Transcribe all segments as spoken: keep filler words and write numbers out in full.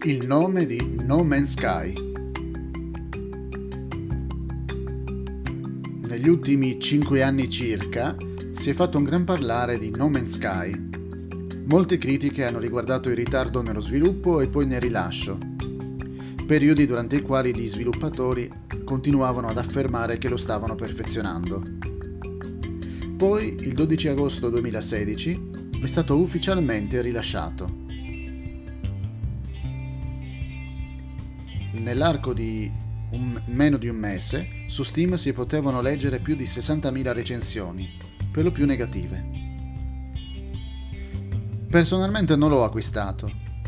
Il nome di No Man's Sky. Negli ultimi cinque anni circa si è fatto un gran parlare di No Man's Sky. Molte critiche hanno riguardato il ritardo nello sviluppo e poi nel rilascio, periodi durante i quali gli sviluppatori continuavano ad affermare che lo stavano perfezionando. Poi, il dodici agosto duemilasedici, è stato ufficialmente rilasciato. Nell'arco di un, meno di un mese, su Steam si potevano leggere più di sessantamila recensioni, per lo più negative. Personalmente non l'ho acquistato.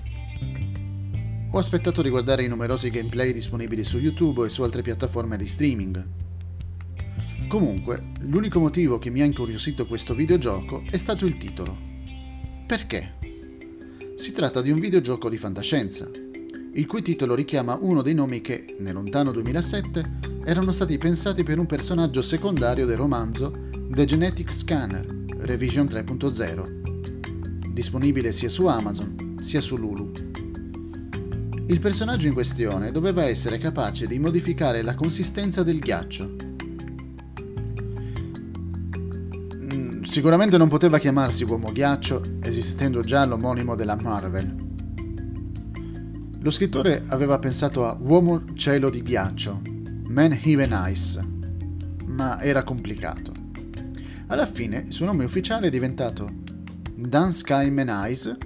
Ho aspettato di guardare i numerosi gameplay disponibili su YouTube e su altre piattaforme di streaming. Comunque, l'unico motivo che mi ha incuriosito questo videogioco è stato il titolo. Perché? Si tratta di un videogioco di fantascienza, il cui titolo richiama uno dei nomi che, nel lontano duemilasette, erano stati pensati per un personaggio secondario del romanzo The Genetic Scanner, Revision tre punto zero, disponibile sia su Amazon sia su Lulu. Il personaggio in questione doveva essere capace di modificare la consistenza del ghiaccio. Mm, sicuramente non poteva chiamarsi Uomo Ghiaccio, esistendo già l'omonimo della Marvel. Lo scrittore aveva pensato a Uomo Cielo di Ghiaccio, Man Heaven Ice, ma era complicato. Alla fine il suo nome ufficiale è diventato Dan Sky Man Ice,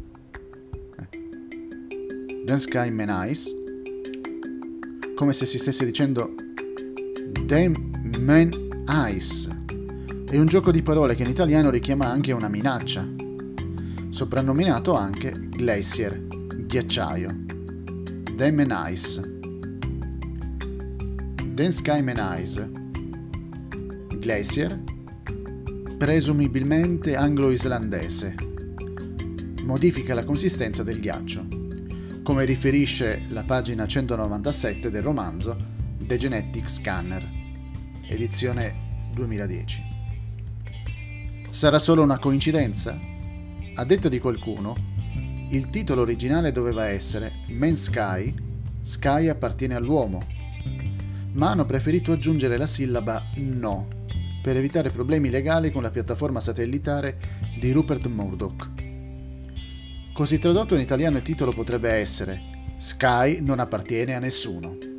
Dan Sky Man Ice, come se si stesse dicendo Dan Man Ice. È un gioco di parole che in italiano richiama anche una minaccia, soprannominato anche Glacier, ghiacciaio. Dan Man Ice. Dan Sky Man Ice. Glacier, presumibilmente anglo-islandese. Modifica la consistenza del ghiaccio, come riferisce la pagina centonovantasette del romanzo The Genetic Scanner, edizione duemiladieci. Sarà solo una coincidenza? A detta di qualcuno, il titolo originale doveva essere Man's Sky, Sky appartiene all'uomo, ma hanno preferito aggiungere la sillaba no, per evitare problemi legali con la piattaforma satellitare di Rupert Murdoch. Così tradotto in italiano il titolo potrebbe essere Sky non appartiene a nessuno.